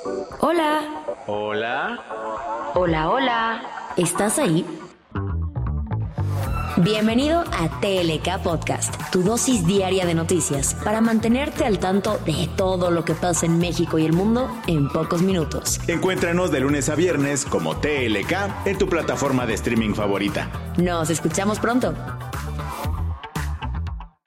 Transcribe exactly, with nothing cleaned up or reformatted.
Hola. Hola. Hola, hola. ¿Estás ahí? Bienvenido a T L K Podcast, tu dosis diaria de noticias para mantenerte al tanto de todo lo que pasa en México y el mundo en pocos minutos. Encuéntranos de lunes a viernes como T L K en tu plataforma de streaming favorita. Nos escuchamos pronto.